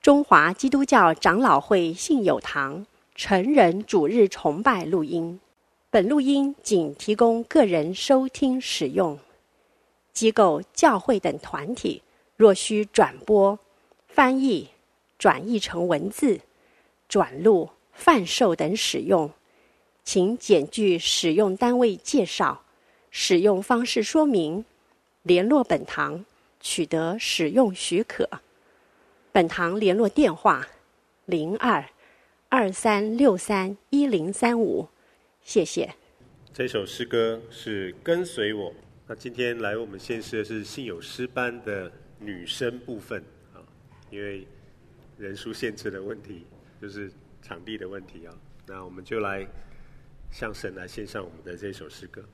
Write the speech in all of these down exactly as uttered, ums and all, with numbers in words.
中华基督教长老会信友堂成人主日崇拜录音。本录音仅提供个人收听使用，机构、教会等团体若需转播、翻译、转译成文字、转录、贩售等使用，请检具使用单位介绍、使用方式说明，联络本堂取得使用许可。本堂联络电话：零二二三六三一零三五。谢谢。 这首诗歌是《跟随我》。那今天来我们献诗的是信友诗班的女生部分啊，因为人数限制的问题，就是场地的问题啊。那我们就来向神来献上我们的这首诗歌。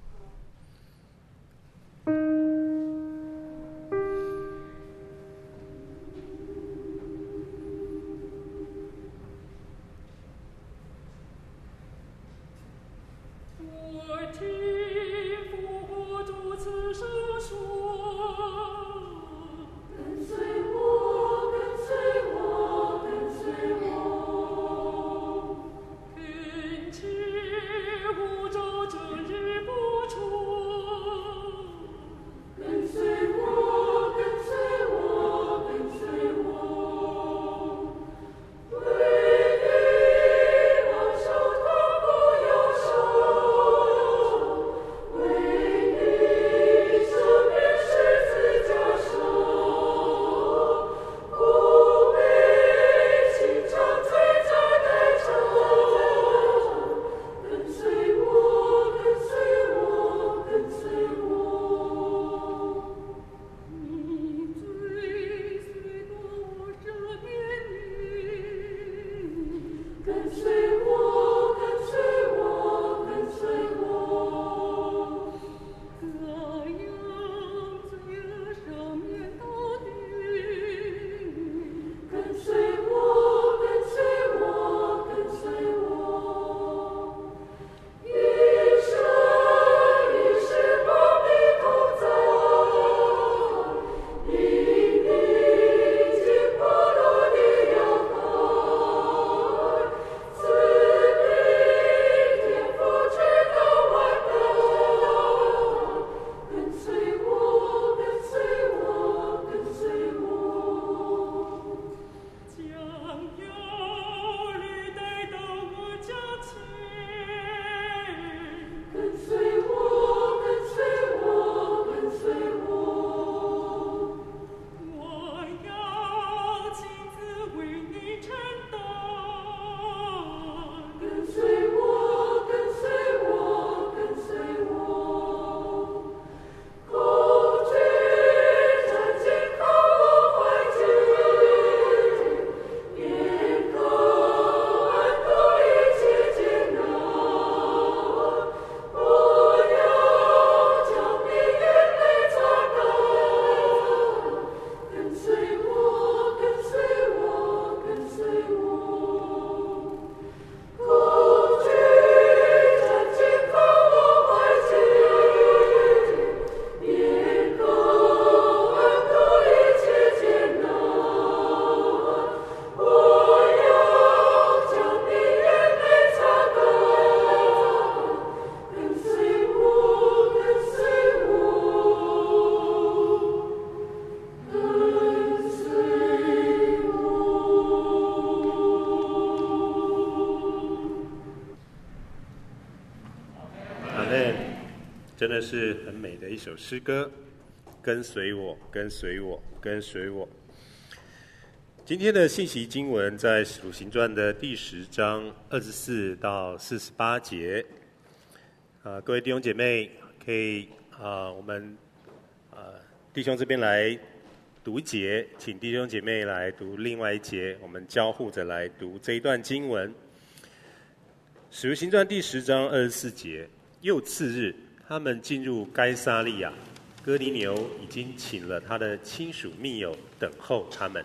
真的是很美的一首诗歌，跟随我，跟随我，跟随我。今天的信息经文在《使徒行传》的第十章二十四到四十八节。啊、呃，各位弟兄姐妹，可以啊、呃，我们啊、呃、弟兄这边来读一节，请弟兄姐妹来读另外一节，我们交互着来读这一段经文。《使徒行传》第十章二十四节，又次日，他们进入该撒利亚，哥尼流已经请了他的亲属密友等候他们。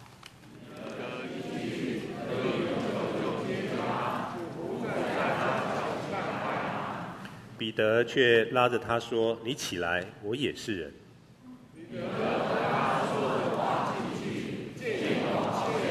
彼得却拉着他说：“你起来，我也是人。”彼得和他说的话进去，见有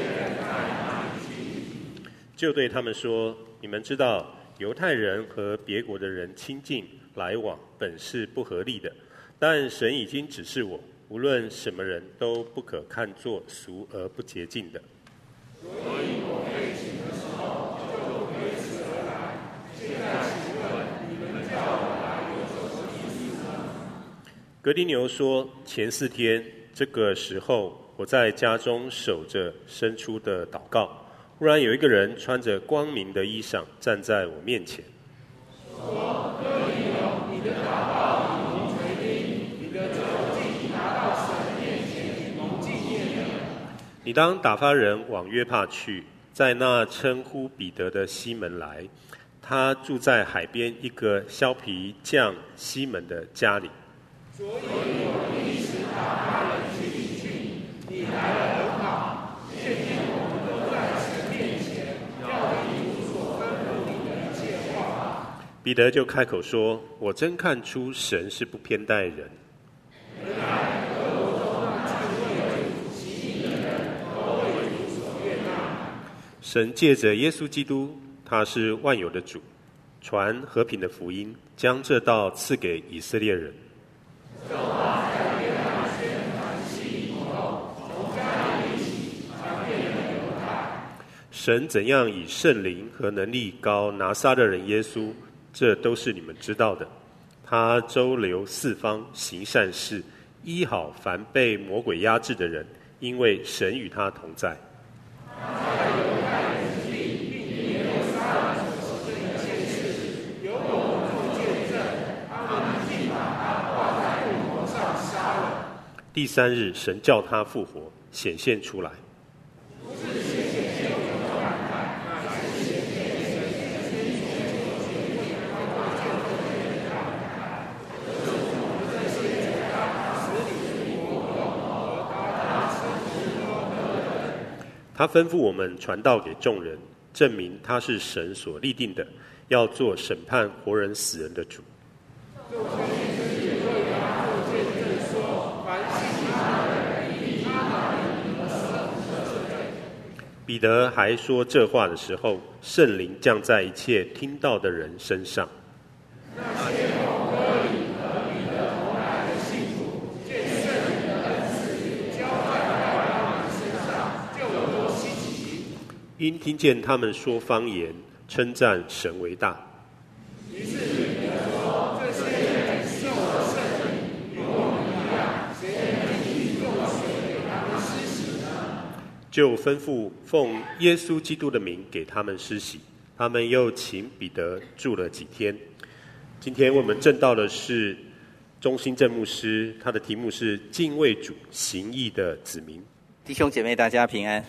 就对他们说：你们知道，犹太人和别国的人亲近来往本是不合理的，但神已经指示我，无论什么人都不可看作俗而不洁净的。所以我被请的时候，就推辞而来。现在请问你们叫我来有什么意思呢？格林牛说：前四天这个时候，我在家中守着生出的祷告，忽然有一个人穿着光明的衣裳站在我面前，说：格林牛，你的祷告已蒙垂听，你的酒祭拿到神面前蒙纪念了。你当打发人往约帕去，在那称呼彼得的西门来，他住在海边一个削皮匠西门的家里。所以我立时打发人去领去，你来了很好，现今我们都在神面前，要你如所吩咐你的一切话。彼得就开口说：我真看出神是不偏待人。原来俄罗中那敬畏主喜你的人，都为主所悦纳。神借着耶稣基督，他是万有的主，传和平的福音，将这道赐给以色列人。这话在约翰宣传期以后，从加利利起，传遍了犹太。神怎样以圣灵和能力膏拿撒勒人耶稣，这都是你们知道的。他周流四方，行善事，医好凡被魔鬼压制的人，因为神与他同在。他在犹太人之地，并以耶路撒冷所行的一切事，有我们做见证，他们竟把他挂在木头上杀了。第三日，神叫他复活，显现出来。不是显现有人看看，乃是显现神先从旧约为他做见证的人看看。就是我们这些在他死里复活和他生之后的人。他吩咐我们传道给众人，证明他是神所立定的，要做审判活人死人的主。彼得还说这话的时候，圣灵降在一切听到的人身上。那些从哥林和彼得同来的信徒，见圣灵的恩赐浇在他们身上，就都稀奇，因听见他们说方言，称赞神为大。于是彼得说：这些人受了圣灵，与我们一样，谁能去用水给他们施洗呢？就吩咐奉耶稣基督的名给他们施洗。他们又请彼得住了几天。今天我们正道的是中兴正牧师，他的题目是敬畏主行义的子民。 弟兄姐妹大家平安。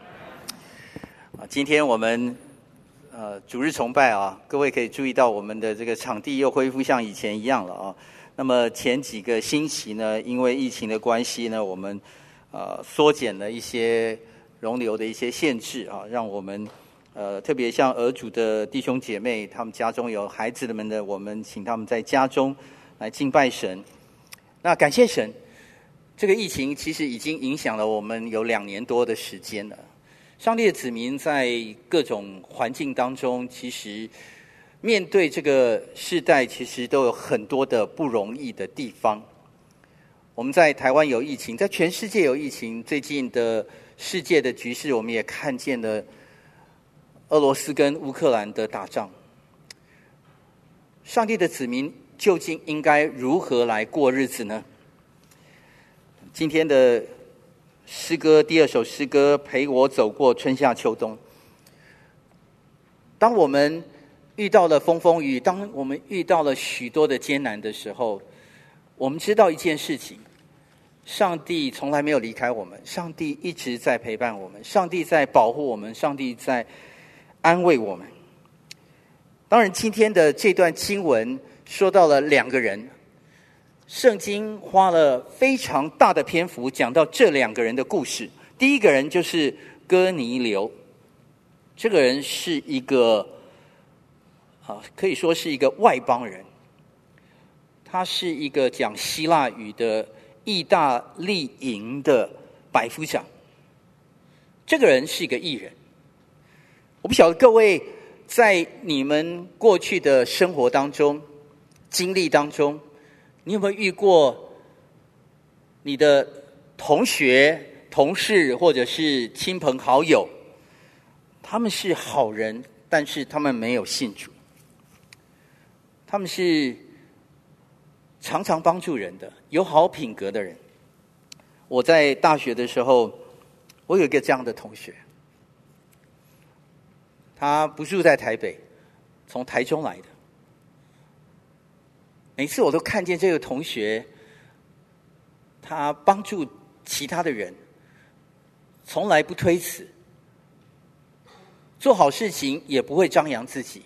今天我们呃主日崇拜啊，各位可以注意到我们的这个场地又恢复像以前一样了啊。那么前几个星期呢，因为疫情的关系呢，我们呃缩减了一些容留的一些限制啊，让我们呃特别像儿主的弟兄姐妹，他们家中有孩子们的，我们请他们在家中来敬拜神。那感谢神，这个疫情其实已经影响了我们有两年多的时间了。上帝的子民在各种环境当中，其实面对这个世代，其实都有很多的不容易的地方。我们在台湾有疫情，在全世界有疫情，最近的世界的局势，我们也看见了俄罗斯跟乌克兰的打仗。上帝的子民究竟应该如何来过日子呢？今天的诗歌第二首诗歌，陪我走过春夏秋冬。当我们遇到了风风雨雨，当我们遇到了许多的艰难的时候，我们知道一件事情，上帝从来没有离开我们，上帝一直在陪伴我们，上帝在保护我们，上帝在安慰我们。当然今天的这段经文说到了两个人，圣经花了非常大的篇幅讲到这两个人的故事。第一个人就是哥尼流，这个人是一个啊，可以说是一个外邦人，他是一个讲希腊语的意大利营的百夫长。这个人是一个义人。 我不晓得各位在你们过去的生活当中、经历当中，你有没有遇过你的同学、同事或者是亲朋好友，他们是好人，但是他们没有信主，他们是常常帮助人的，有好品格的人。我在大学的时候，我有一个这样的同学，他不住在台北，从台中来的。每次我都看见这个同学，他帮助其他的人，从来不推辞，做好事情也不会张扬自己，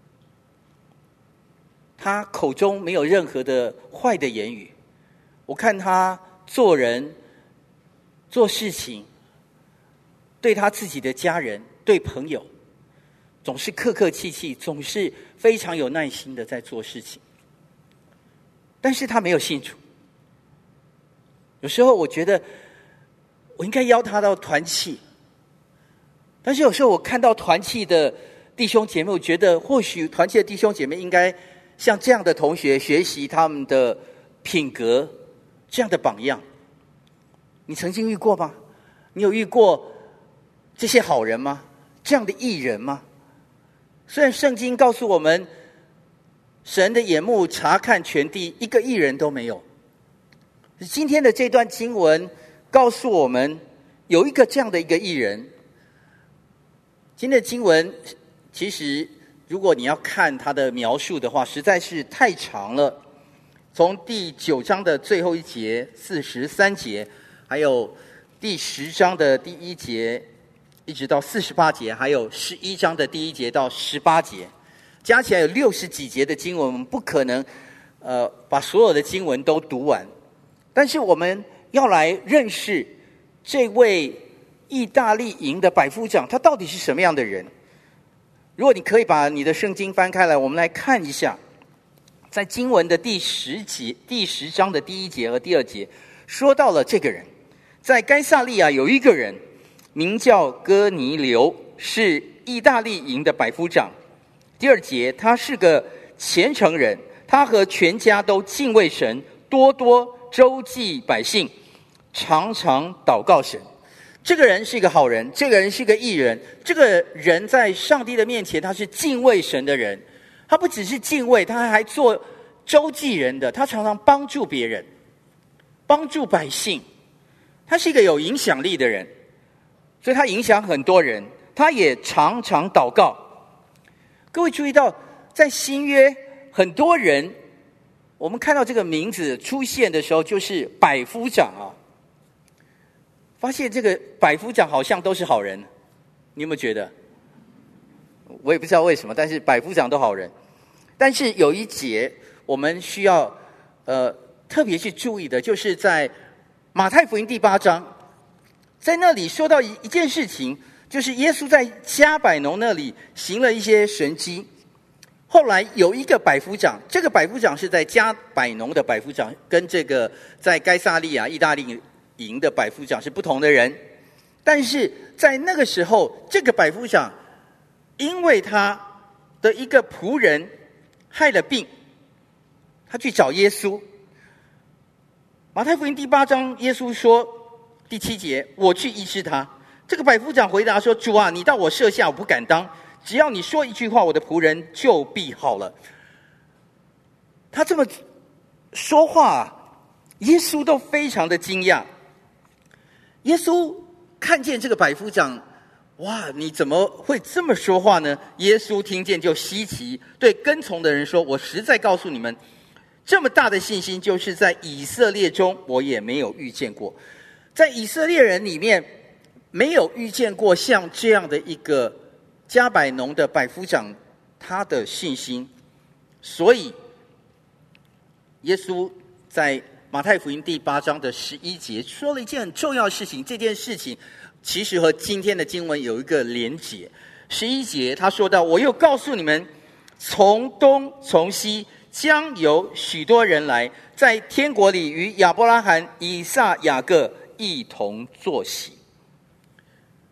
他口中没有任何的坏的言语。我看他做人做事情，对他自己的家人、对朋友，总是客客气气，总是非常有耐心的在做事情。但是他没有信主。有时候我觉得我应该邀他到团契，但是有时候我看到团契的弟兄姐妹，我觉得或许团契的弟兄姐妹应该像这样的同学学习他们的品格，这样的榜样。你曾经遇过吗？你有遇过这些好人吗？这样的义人吗？虽然圣经告诉我们，神的眼目察看全地，一个义人都没有。今天的这段经文告诉我们，有一个这样的一个义人。今天的经文其实如果你要看他的描述的话，实在是太长了。从第九章的最后一节四十三节，还有第十章的第一节一直到四十八节，还有十一章的第一节到十八节，加起来有六十几节的经文，我们不可能呃把所有的经文都读完。但是我们要来认识这位意大利营的百夫长，他到底是什么样的人？如果你可以把你的圣经翻开来，我们来看一下，在经文的第十节、第十章的第一节和第二节，说到了这个人，在该撒利亚有一个人，名叫哥尼流，是意大利营的百夫长。第二节，他是个虔诚人，他和全家都敬畏神，多多周济百姓，常常祷告神。这个人是一个好人，这个人是一个义人，这个人在上帝的面前，他是敬畏神的人。他不只是敬畏，他还做周济人的，他常常帮助别人，帮助百姓。他是一个有影响力的人，所以他影响很多人，他也常常祷告。各位注意到，在新约很多人，我们看到这个名字出现的时候，就是百夫长啊。发现这个百夫长好像都是好人，你有没有觉得？我也不知道为什么，但是百夫长都好人。但是有一节我们需要呃特别去注意的，就是在马太福音第八章，在那里说到一一件事情，就是耶稣在加百农那里行了一些神迹。后来有一个百夫长，这个百夫长是在加百农的百夫长，跟这个在该撒利亚意大利营的百夫长是不同的人。但是在那个时候，这个百夫长因为他的一个仆人害了病，他去找耶稣。马太福音第八章，耶稣说第七节，我去医治他。这个百夫长回答说，主啊，你到我舍下，我不敢当，只要你说一句话，我的仆人就必好了。他这么说话，耶稣都非常的惊讶。耶稣看见这个百夫长，哇，你怎么会这么说话呢？耶稣听见就稀奇，对跟从的人说，我实在告诉你们，这么大的信心，就是在以色列中我也没有遇见过。在以色列人里面，没有遇见过像这样的一个加百农的百夫长，他的信心。所以耶稣在马太福音第八章的十一节说了一件很重要的事情，这件事情其实和今天的经文有一个连结。十一节他说到，我又告诉你们，从东从西将有许多人来，在天国里与亚伯拉罕、以撒、雅各一同坐席。他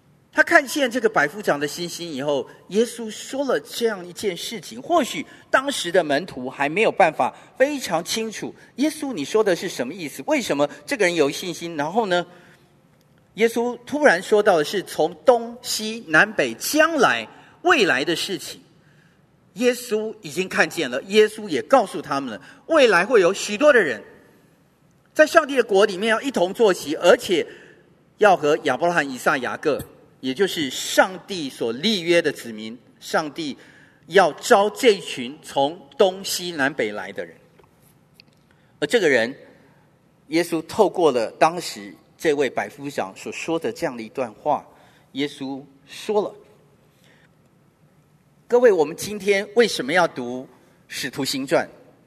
看见这个百夫长的信心以后，耶稣说了这样一件事情，或许当时的门徒还没有办法非常清楚，耶稣你说的是什么意思？为什么这个人有信心？然后呢，耶稣突然说到的是从东西南北将来未来的事情。耶稣已经看见了，耶稣也告诉他们了，未来会有许多的人在上帝的国里面要一同坐席，而且要和亚伯拉罕、以撒、雅各，也就是上帝所立约的子民，上帝要招这群从东西南北来的人。而这个人，耶稣透过了当时这位百夫长所说的这样的一段话，耶稣说了，各位，我们今天为什么要读使徒行传？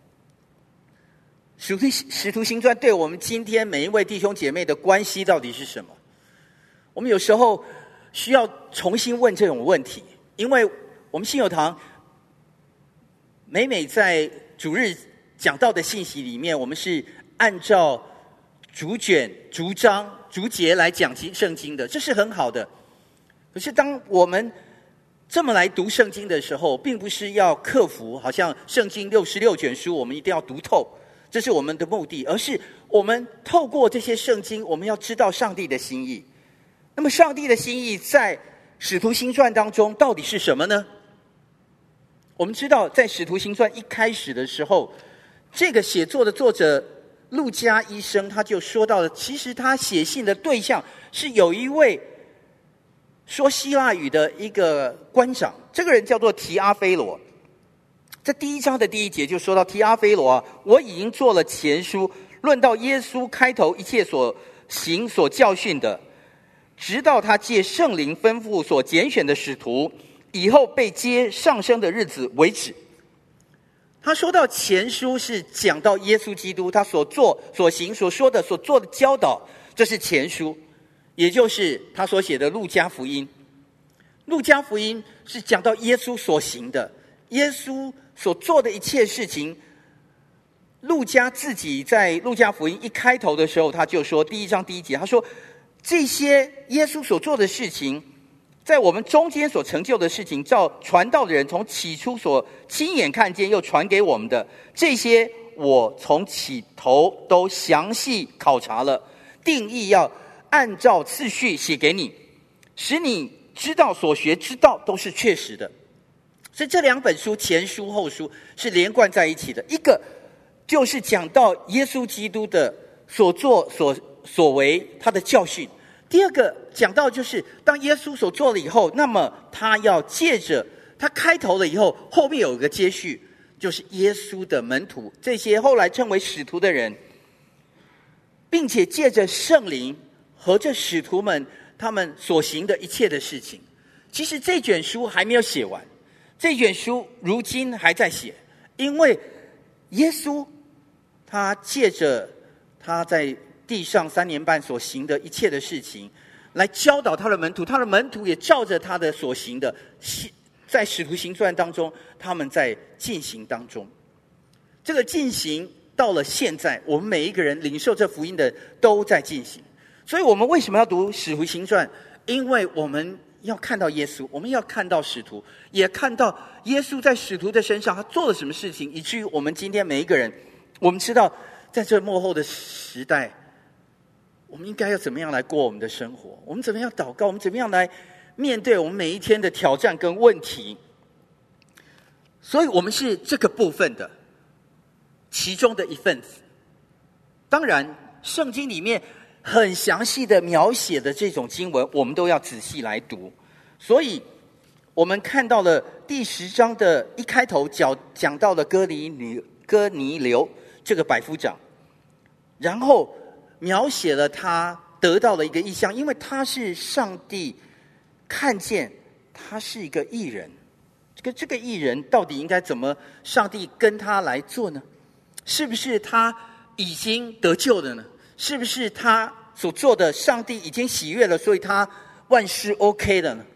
使徒使徒行传对我们今天每一位弟兄姐妹的关系到底是什么？我们有时候需要重新问这种问题，因为我们信友堂每每在主日讲到的信息里面，我们是按照主卷、逐章、逐节来讲圣经的，这是很好的。可是当我们这么来读圣经的时候，并不是要克服好像圣经六十六卷书我们一定要读透，这是我们的目的，而是我们透过这些圣经，我们要知道上帝的心意。那么上帝的心意在使徒行传当中到底是什么呢？我们知道在使徒行传一开始的时候，这个写作的作者路加医生他就说到了，其实他写信的对象是有一位说希腊语的一个官长，这个人叫做提阿非罗。在第一章的第一节就说到，提阿非罗啊，我已经做了前书，论到耶稣开头一切所行所教训的，直到他借圣灵吩咐所拣选的使徒以后被接上升的日子为止。他说到前书是讲到耶稣基督他所做所行所说的所做的教导，这是前书，也就是他所写的路加福音。路加福音是讲到耶稣所行的，耶稣所做的一切事情。路加自己在路加福音一开头的时候，他就说，第一章第一节，他说这些耶稣所做的事情，在我们中间所成就的事情，照传道的人从起初所亲眼看见又传给我们的，这些我从起头都详细考察了，定义要按照次序写给你，使你知道所学之道都是确实的。所以这两本书前书后书是连贯在一起的，一个就是讲到耶稣基督的所作所所为，他的教训。第二个讲到就是当耶稣所做了以后，那么他要借着他开头了以后，后面有一个接续，就是耶稣的门徒，这些后来称为使徒的人，并且借着圣灵和这使徒们他们所行的一切的事情。其实这卷书还没有写完，这卷书如今还在写，因为耶稣他借着他在地上三年半所行的一切的事情来教导他的门徒，他的门徒也照着他的所行的，在使徒行传当中他们在进行当中。这个进行到了现在，我们每一个人领受这福音的都在进行。所以我们为什么要读使徒行传？因为我们要看到耶稣，我们要看到使徒，也看到耶稣在使徒的身上他做了什么事情，以至于我们今天每一个人，我们知道在这末后的时代，我们应该要怎么样来过我们的生活，我们怎么样祷告，我们怎么样来面对我们每一天的挑战跟问题。所以我们是这个部分的其中的一份子。当然圣经里面很详细的描写的这种经文，我们都要仔细来读。所以我们看到了第十章的一开头讲讲到了哥尼流哥尼流这个百夫长，然后描写了他得到了一个异象，因为他是上帝看见他是一个义人。这个这个义人到底应该怎么上帝跟他来做呢？是不是他已经得救了呢？是不是他所做的上帝已经喜悦了，所以他万事 OK 了呢？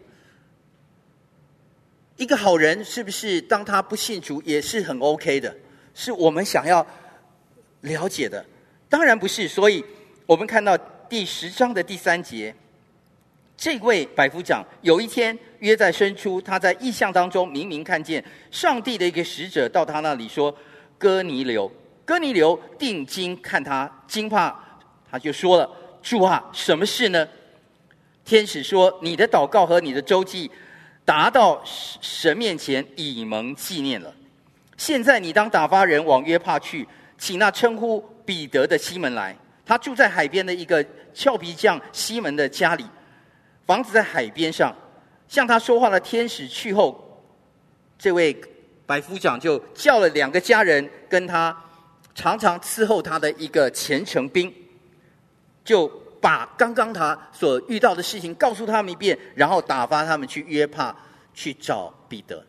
一个好人是不是当他不信主也是很 OK 的？是我们想要了解的。当然不是。所以我们看到第十章的第三节， 这位百夫长有一天约在深处，他在异象当中明明看见上帝的一个使者到他那里说：哥尼流，哥尼流定睛看他，惊怕，他就说了：主啊，什么事呢？天使说：你的祷告和你的周记达到神面前，以蒙纪念了。现在你当打发人往约帕去，请那称呼彼得的西门来，他住在海边的一个俏皮匠西门的家里，房子在海边上。向他说话的天使去后，这位百夫长就叫了两个家人跟他常常伺候他的一个虔诚兵，就把刚刚他所遇到的事情告诉他们一遍，然后打发他们去约帕去找彼得。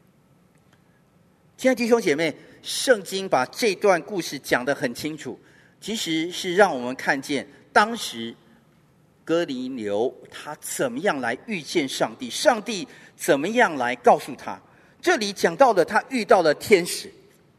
亲爱的弟兄姐妹，圣经把这段故事讲得很清楚，其实是让我们看见当时哥尼流他怎么样来遇见上帝，上帝怎么样来告诉他。这里讲到了他遇到了天使。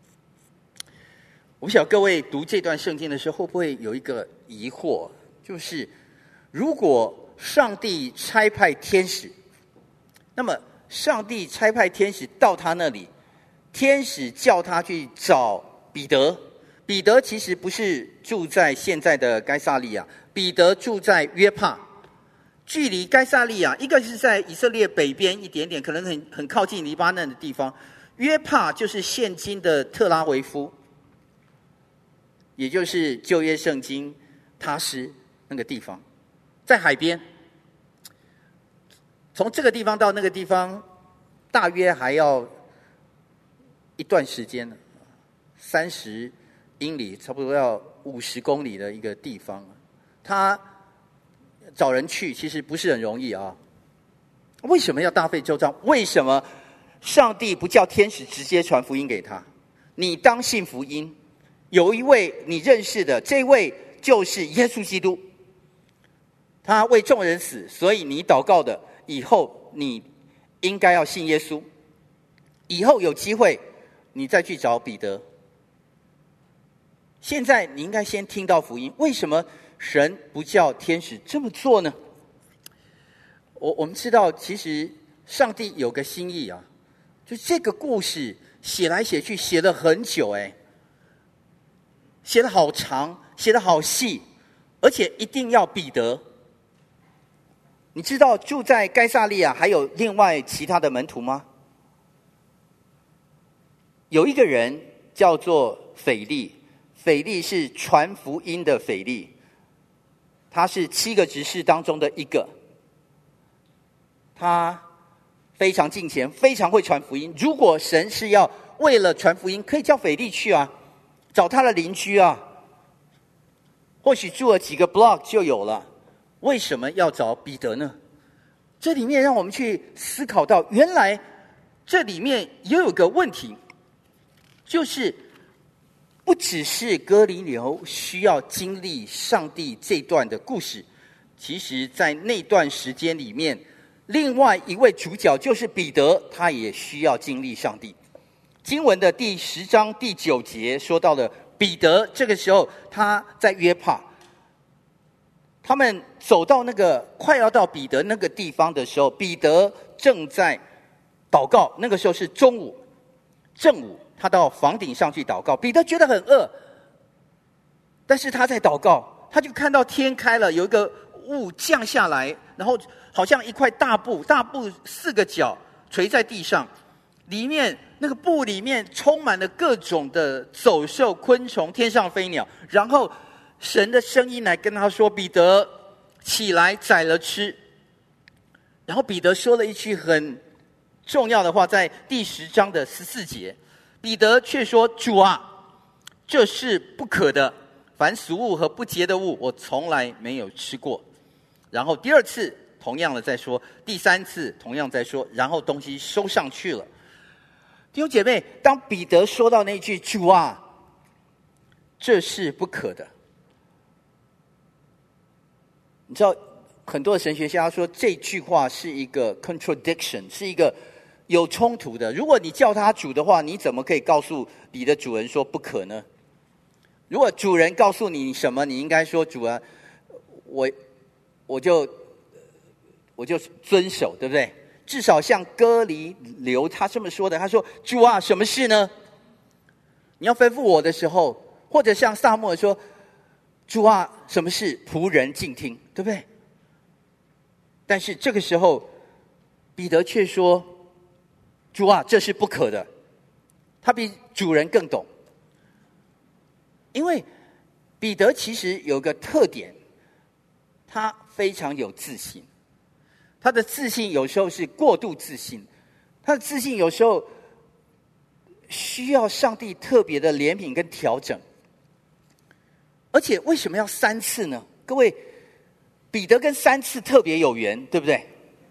我不晓得各位读这段圣经的时候会不会有一个疑惑，就是如果上帝差派天使，那么上帝差派天使到他那里，天使叫他去找彼得。彼得其实不是住在现在的该撒利亚，彼得住在约帕，距离该撒利亚一个是在以色列北边一点点，可能很很靠近黎巴嫩的地方，约帕就是现今的特拉维夫，也就是旧约圣经他施那个地方，在海边。从这个地方到那个地方大约还要一段时间，三十英里，差不多要五十公里的一个地方。他找人去其实不是很容易啊。为什么要大费周章？为什么上帝不叫天使直接传福音给他？你当信福音，有一位你认识的，这位就是耶稣基督，他为众人死，所以你祷告的以后你应该要信耶稣，以后有机会你再去找彼得。现在你应该先听到福音，为什么神不叫天使这么做呢？我我们知道，其实上帝有个心意啊，就这个故事写来写去写了很久，哎，写得好长，写得好细，而且一定要彼得。你知道住在该撒利亚还有另外其他的门徒吗？有一个人叫做腓利，腓利是传福音的腓利，他是七个执事当中的一个，他非常敬虔，非常会传福音。如果神是要为了传福音，可以叫腓利去啊，找他的邻居啊，或许住了几个 block 就有了。为什么要找彼得呢？这里面让我们去思考到，原来这里面也有个问题，就是不只是哥尼流需要经历上帝这段的故事，其实在那段时间里面，另外一位主角就是彼得，他也需要经历上帝。经文的第十章第九节说到了彼得，这个时候他在约帕，他们走到那个快要到彼得那个地方的时候，彼得正在祷告，那个时候是中午正午，他到房顶上去祷告。彼得觉得很饿，但是他在祷告，他就看到天开了，有一个雾降下来，然后好像一块大布，大布四个角垂在地上，里面那个布里面充满了各种的走兽、昆虫、天上飞鸟，然后神的声音来跟他说：彼得，起来宰了吃。然后彼得说了一句很重要的话，在第十章的十四节，彼得却说：主啊，这是不可的，凡俗物和不洁的物我从来没有吃过。然后第二次同样的再说，第三次同样再说，然后东西收上去了。弟兄姐妹，当彼得说到那句主啊，这是不可的，你知道很多的神学家说这句话是一个 contradiction， 是一个有冲突的。如果你叫他主的话，你怎么可以告诉你的主人说不可呢？如果主人告诉你什么，你应该说主啊，我我就我就遵守，对不对？至少像哥尼流他这么说的，他说：“主啊，什么事呢？你要吩咐我的时候，或者像撒母耳说：‘主啊，什么事？仆人静听’，对不对？”但是这个时候，彼得却说：“主啊，这是不可的。”他比主人更懂，因为彼得其实有个特点，他非常有自信。他的自信有时候是过度自信，他的自信有时候需要上帝特别的怜悯跟调整。而且为什么要三次呢？各位，彼得跟三次特别有缘，对不对？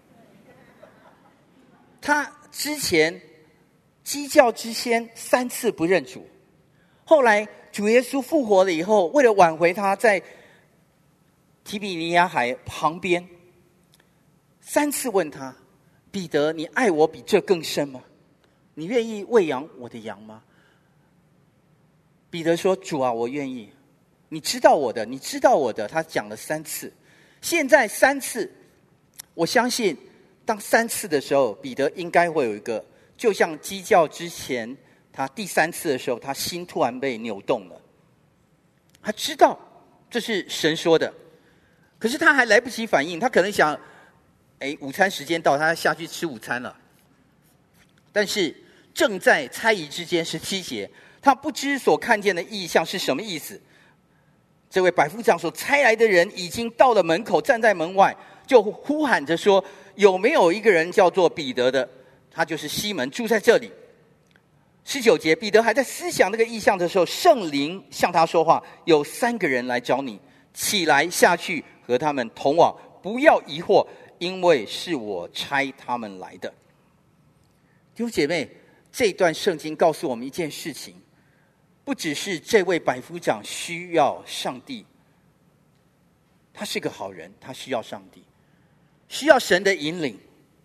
他之前鸡叫之先三次不认主，后来主耶稣复活了以后，为了挽回他，在提比尼亚海旁边三次问他：“彼得，你爱我比这更深吗？你愿意喂养我的羊吗？”彼得说：“主啊，我愿意。你知道我的，你知道我的。”他讲了三次，现在三次，我相信当三次的时候，彼得应该会有一个，就像鸡叫之前他第三次的时候，他心突然被扭动了。他知道这是神说的，可是他还来不及反应，他可能想，哎，午餐时间到，他下去吃午餐了。但是正在猜疑之间，十七节，他不知所看见的异象是什么意思。这位百夫长所差来的人已经到了门口，站在门外，就呼喊着说：“有没有一个人叫做彼得的？他就是西门，住在这里。”十九节，彼得还在思想那个异象的时候，圣灵向他说话：“有三个人来找你，起来下去和他们同往，不要疑惑，因为是我差他们来的。”弟兄姐妹，这段圣经告诉我们一件事情，不只是这位百夫长需要上帝，他是个好人，他需要上帝，需要神的引领。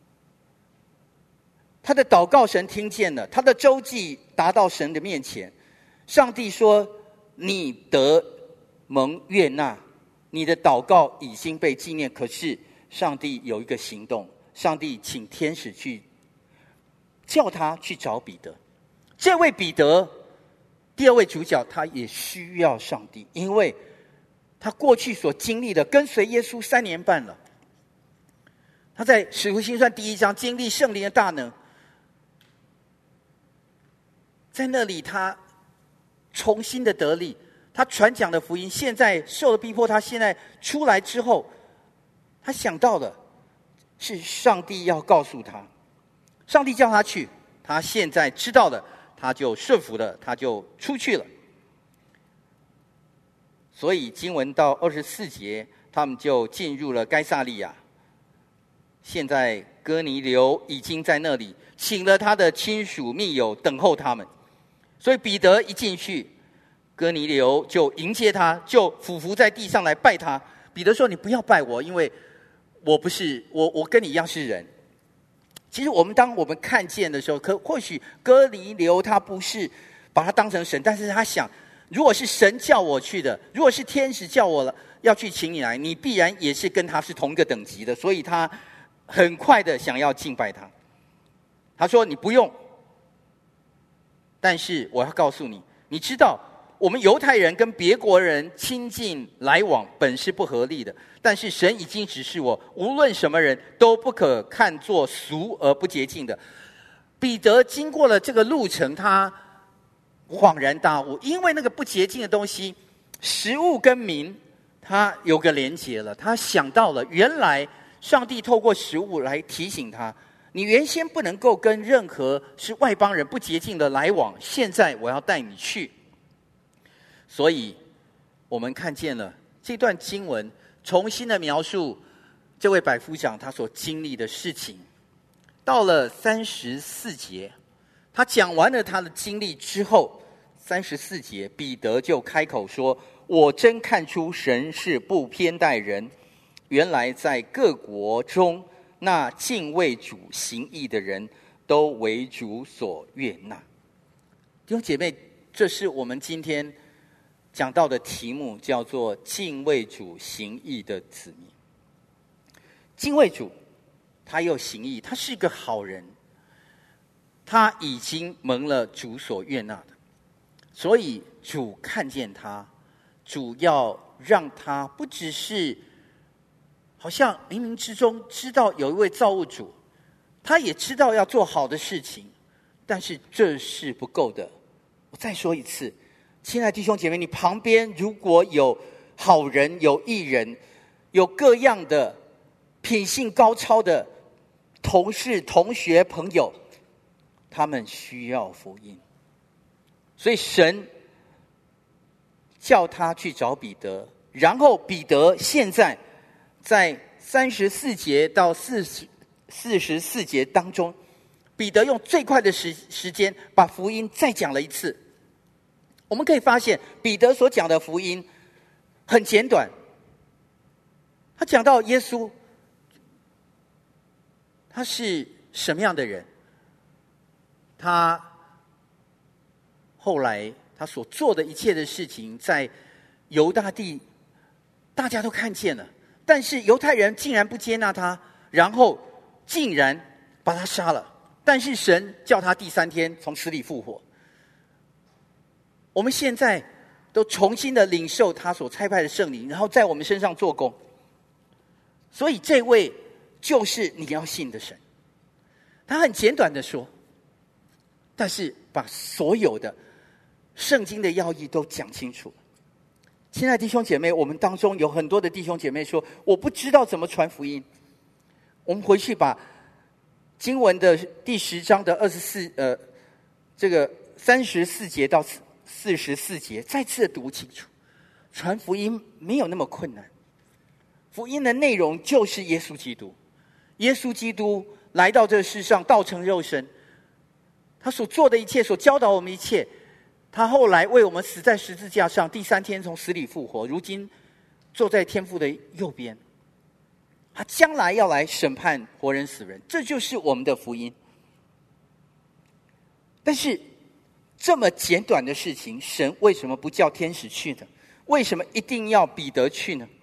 他的祷告神听见了，他的周记达到神的面前，上帝说：“你得蒙悦纳，你的祷告已经被纪念。”可是上帝有一个行动，上帝请天使去叫他去找彼得。这位彼得，第二位主角，他也需要上帝，因为他过去所经历的跟随耶稣三年半了。他在使徒行传第一章经历圣灵的大能，在那里他重新的得力，他传讲的福音，现在受了逼迫，他现在出来之后，他想到了是上帝要告诉他，上帝叫他去，他现在知道了，他就顺服了，他就出去了。所以经文到二十四节，他们就进入了该撒利亚。现在哥尼流已经在那里，请了他的亲属密友等候他们。所以彼得一进去，哥尼流就迎接他，就俯伏在地上来拜他。彼得说：“你不要拜我，因为我不是我，我跟你一样是人。”其实我们当我们看见的时候，可或许哥尼流他不是把他当成神，但是他想，如果是神叫我去的，如果是天使叫我了要去请你来，你必然也是跟他是同一个等级的，所以他很快的想要敬拜他。他说：“你不用，但是我要告诉你，你知道我们犹太人跟别国人亲近来往本是不合理的，但是神已经指示我，无论什么人都不可看作俗而不洁净的。”彼得经过了这个路程，他恍然大悟，因为那个不洁净的东西，食物跟民，他有个连结了。他想到了，原来上帝透过食物来提醒他，你原先不能够跟任何是外邦人不洁净的来往，现在我要带你去。所以我们看见了这段经文重新的描述这位百夫长他所经历的事情。到了三十四节，他讲完了他的经历之后，三十四节彼得就开口说：“我真看出神是不偏待人，原来在各国中那敬畏主行义的人都为主所悦纳。”弟兄姐妹，这是我们今天讲到的题目，叫做敬畏主行义的子民。敬畏主他又行义，他是个好人，他已经蒙了主所悦纳的，所以主看见他，主要让他不只是好像冥冥之中知道有一位造物主，他也知道要做好的事情，但是这是不够的。我再说一次，亲爱的弟兄姐妹，你旁边如果有好人，有义人，有各样的品性高超的同事、同学、朋友，他们需要福音。所以神叫他去找彼得，然后彼得现在在三十四节到四十四十四节当中，彼得用最快的时时间把福音再讲了一次。我们可以发现，彼得所讲的福音很简短。他讲到耶稣，他是什么样的人？他后来他所做的一切的事情，在犹大地大家都看见了，但是犹太人竟然不接纳他，然后竟然把他杀了。但是神叫他第三天从死里复活。我们现在都重新的领受他所差派的圣灵，然后在我们身上做工。所以这位就是你要信的神。他很简短的说，但是把所有的圣经的要义都讲清楚了。亲爱的弟兄姐妹，我们当中有很多的弟兄姐妹说，我不知道怎么传福音。我们回去把经文的第十章的二十四呃这个三十四节到四十四节再次的读清楚。传福音没有那么困难，福音的内容就是耶稣基督。耶稣基督来到这世上，道成肉身，他所做的一切，所教导我们一切，他后来为我们死在十字架上，第三天从死里复活，如今坐在天父的右边，他将来要来审判活人死人，这就是我们的福音。但是这么简短的事情，神为什么不叫天使去呢？为什么一定要彼得去呢？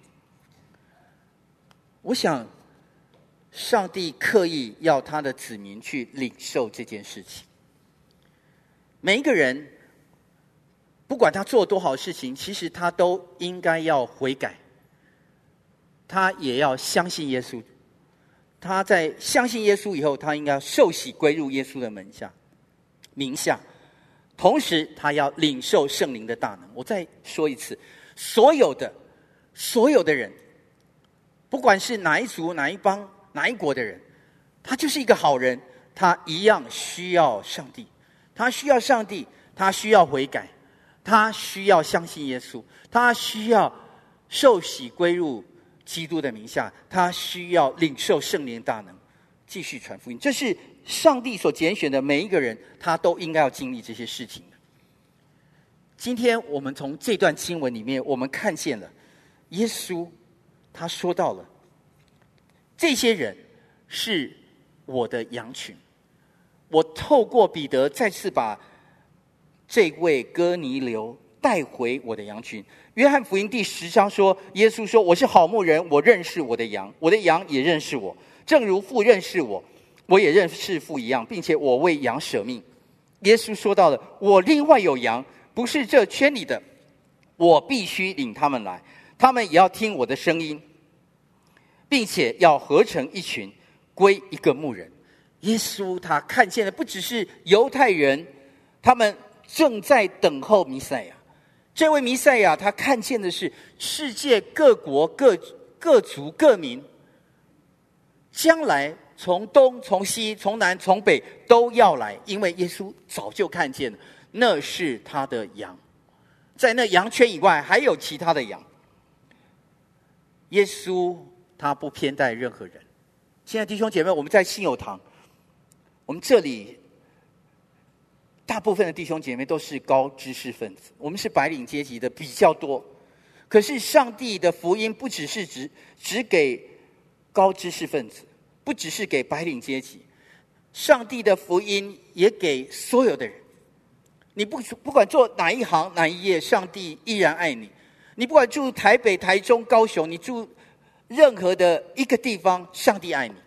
我想上帝刻意要他的子民去领受这件事情。每一个人不管他做多好事情，其实他都应该要悔改，他也要相信耶稣。他在相信耶稣以后，他应该受洗归入耶稣的门下名下，同时他要领受圣灵的大能。我再说一次，所有的所有的人，不管是哪一族、哪一邦、哪一国的人，他就是一个好人，他一样需要上帝，他需要上帝，他需要悔改，他需要相信耶稣，他需要受洗归入基督的名下，他需要领受圣灵的大能，继续传福音。这是上帝所拣选的每一个人，他都应该要经历这些事情的。今天我们从这段经文里面，我们看见了耶稣他说到了，这些人是我的羊群。我透过彼得再次把这位哥尼流带回我的羊群。约翰福音第十章说，耶稣说，我是好牧人，我认识我的羊，我的羊也认识我，正如父认识我，我也认识父一样，并且我为羊舍命。耶稣说到了，我另外有羊，不是这圈里的，我必须领他们来，他们也要听我的声音，并且要合成一群，归一个牧人。耶稣他看见的不只是犹太人，他们正在等候弥赛亚。这位弥赛亚他看见的是世界各国各各族各民，将来从东从西从南从北都要来，因为耶稣早就看见了，那是他的羊，在那羊圈以外还有其他的羊。耶稣他不偏待任何人。亲爱的弟兄姐妹，我们在信友堂，我们这里大部分的弟兄姐妹都是高知识分子，我们是白领阶级的比较多。可是上帝的福音不只是只只给高知识分子，不只是给白领阶级，上帝的福音也给所有的人。你不不管做哪一行哪一业，上帝依然爱你。你不管住台北、台中、高雄，你住任何的一个地方，上帝爱你。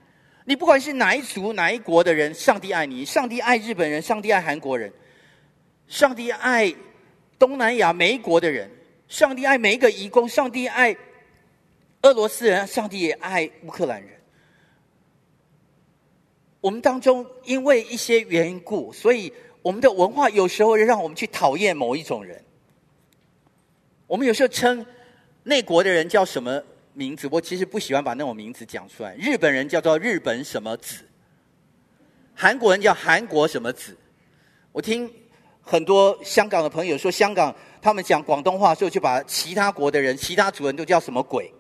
你不管是哪一族哪一国的人，上帝爱你，上帝爱日本人，上帝爱韩国人，上帝爱东南亚每一国的人，上帝爱每一个移工，上帝爱俄罗斯人，上帝也爱乌克兰人。我们当中因为一些缘故，所以我们的文化有时候让我们去讨厌某一种人。我们有时候称那国的人叫什么名字，我其实不喜欢把那种名字讲出来。日本人叫做日本什么子，韩国人叫韩国什么子。我听很多香港的朋友说，香港他们讲广东话的时候，就把其他国的人、其他族人都叫什么鬼。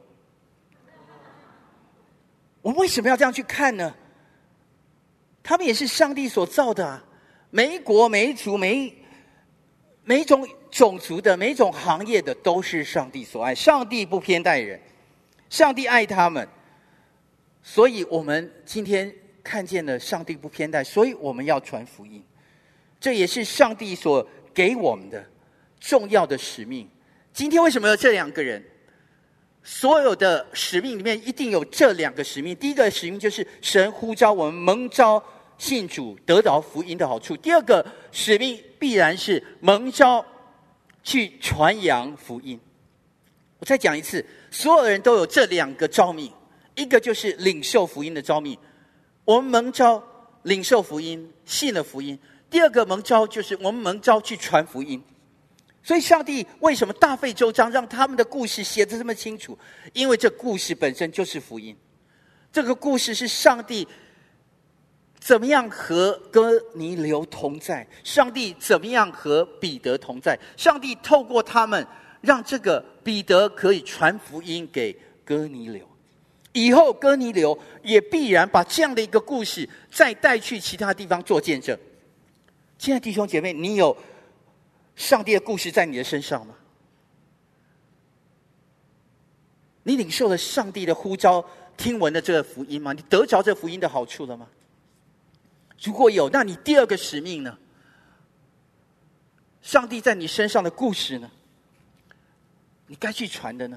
我们为什么要这样去看呢？他们也是上帝所造的啊，每一国、每一族、每一每一种种族的、每一种行业的，都是上帝所爱。上帝不偏待人，上帝爱他们，所以我们今天看见了上帝不偏待，所以我们要传福音。这也是上帝所给我们的重要的使命。今天为什么有这两个人？所有的使命里面一定有这两个使命。第一个使命就是神呼召我们蒙召信主，得到福音的好处。第二个使命必然是蒙召去传扬福音。我再讲一次，所有人都有这两个召命，一个就是领受福音的召命，我们蒙召领受福音，信了福音。第二个蒙召就是我们蒙召去传福音。所以上帝为什么大费周章让他们的故事写得这么清楚？因为这故事本身就是福音。这个故事是上帝怎么样和哥尼流同在，上帝怎么样和彼得同在，上帝透过他们让这个彼得可以传福音给哥尼流，以后哥尼流也必然把这样的一个故事再带去其他地方做见证。亲爱的弟兄姐妹，你有上帝的故事在你的身上吗？你领受了上帝的呼召听闻的这个福音吗？你得着这福音的好处了吗？如果有，那你第二个使命呢？上帝在你身上的故事呢？你该去传的呢？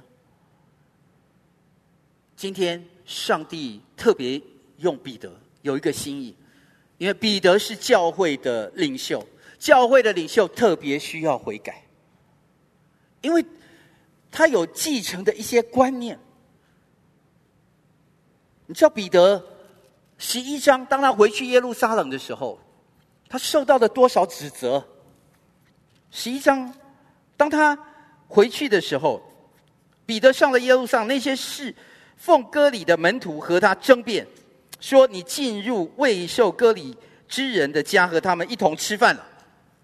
今天上帝特别用彼得有一个心意，因为彼得是教会的领袖，教会的领袖特别需要悔改，因为他有继承的一些观念。你知道彼得十一章，当他回去耶路撒冷的时候，他受到了多少指责？十一章，当他回去的时候，彼得上了耶路撒冷，那些侍奉割礼的门徒和他争辩，说你进入未受割礼之人的家，和他们一同吃饭了。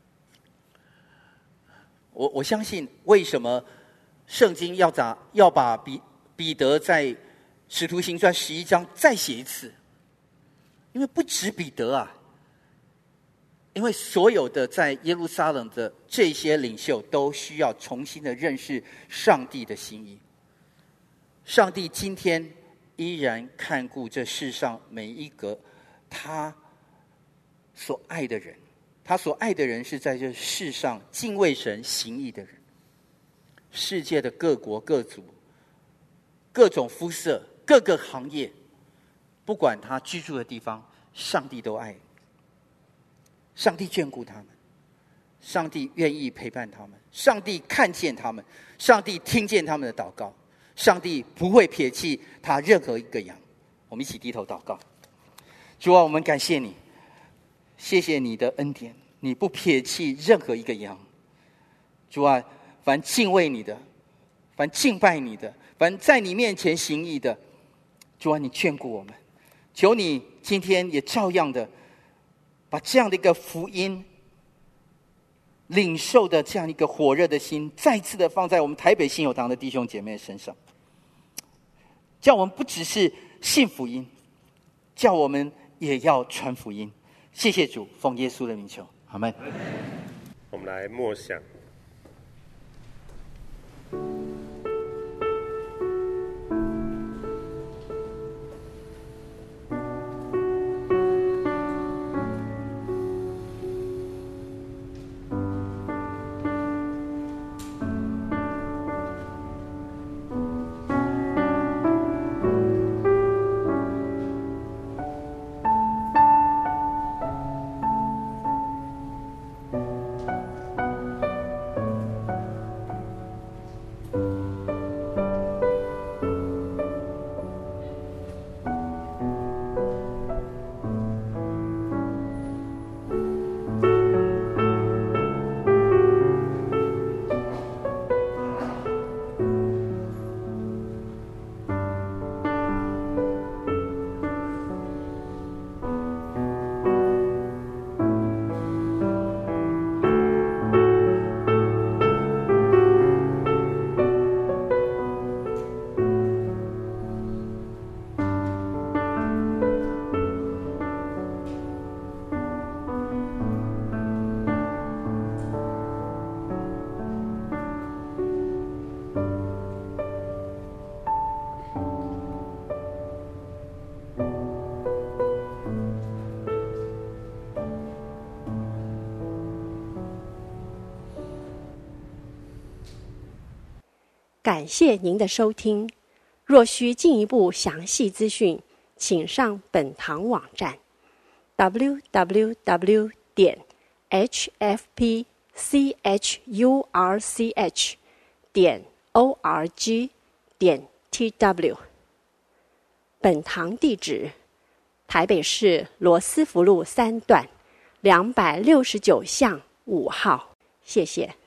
我我相信为什么圣经要把要把彼彼得在使徒行传十一章再写一次，因为不止彼得啊，因为所有的在耶路撒冷的这些领袖都需要重新的认识上帝的心意。上帝今天依然看顾这世上每一个他所爱的人，他所爱的人是在这世上敬畏神行义的人。世界的各国各族、各种肤色、各个行业，不管他居住的地方，上帝都爱。上帝眷顾他们，上帝愿意陪伴他们，上帝看见他们，上帝听见他们的祷告，上帝不会撇弃他任何一个羊。我们一起低头祷告。主啊，我们感谢你，谢谢你的恩典，你不撇弃任何一个羊。主啊，凡敬畏你的，凡敬拜你的，凡在你面前行义的，主啊，你眷顾我们。求你今天也照样的把这样的一个福音领受的这样一个火热的心，再次的放在我们台北信友堂的弟兄姐妹身上，叫我们不只是信福音，叫我们也要传福音。谢谢主，奉耶稣的名求，阿们。 我们来默想。 感谢您的收听。若需进一步详细资讯，请上本堂网站 double-u double-u double-u 点 h f p c h u r c h 点 o r g 点 t w。本堂地址：台北市罗斯福路三段两百六十九巷五号。谢谢。